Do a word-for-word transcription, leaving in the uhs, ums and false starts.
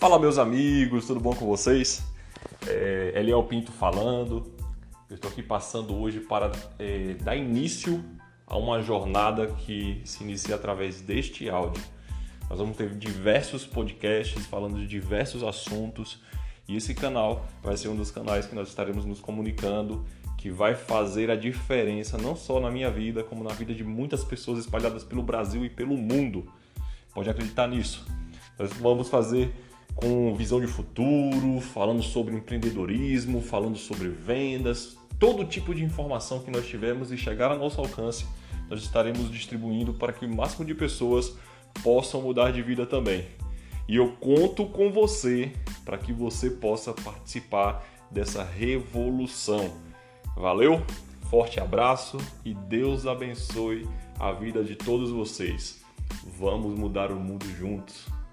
Fala, meus amigos, tudo bom com vocês? É, Eliel Pinto falando. Eu estou aqui passando hoje para é, dar início a uma jornada que se inicia através deste áudio. Nós vamos ter diversos podcasts falando de diversos assuntos e esse canal vai ser um dos canais que nós estaremos nos comunicando, que vai fazer a diferença não só na minha vida, como na vida de muitas pessoas espalhadas pelo Brasil e pelo mundo. Pode acreditar nisso. Nós vamos fazer com visão de futuro, falando sobre empreendedorismo, falando sobre vendas, todo tipo de informação que nós tivermos e chegar ao nosso alcance, nós estaremos distribuindo para que o máximo de pessoas possam mudar de vida também. E eu conto com você para que você possa participar dessa revolução. Valeu? Forte abraço e Deus abençoe a vida de todos vocês. Vamos mudar o mundo juntos.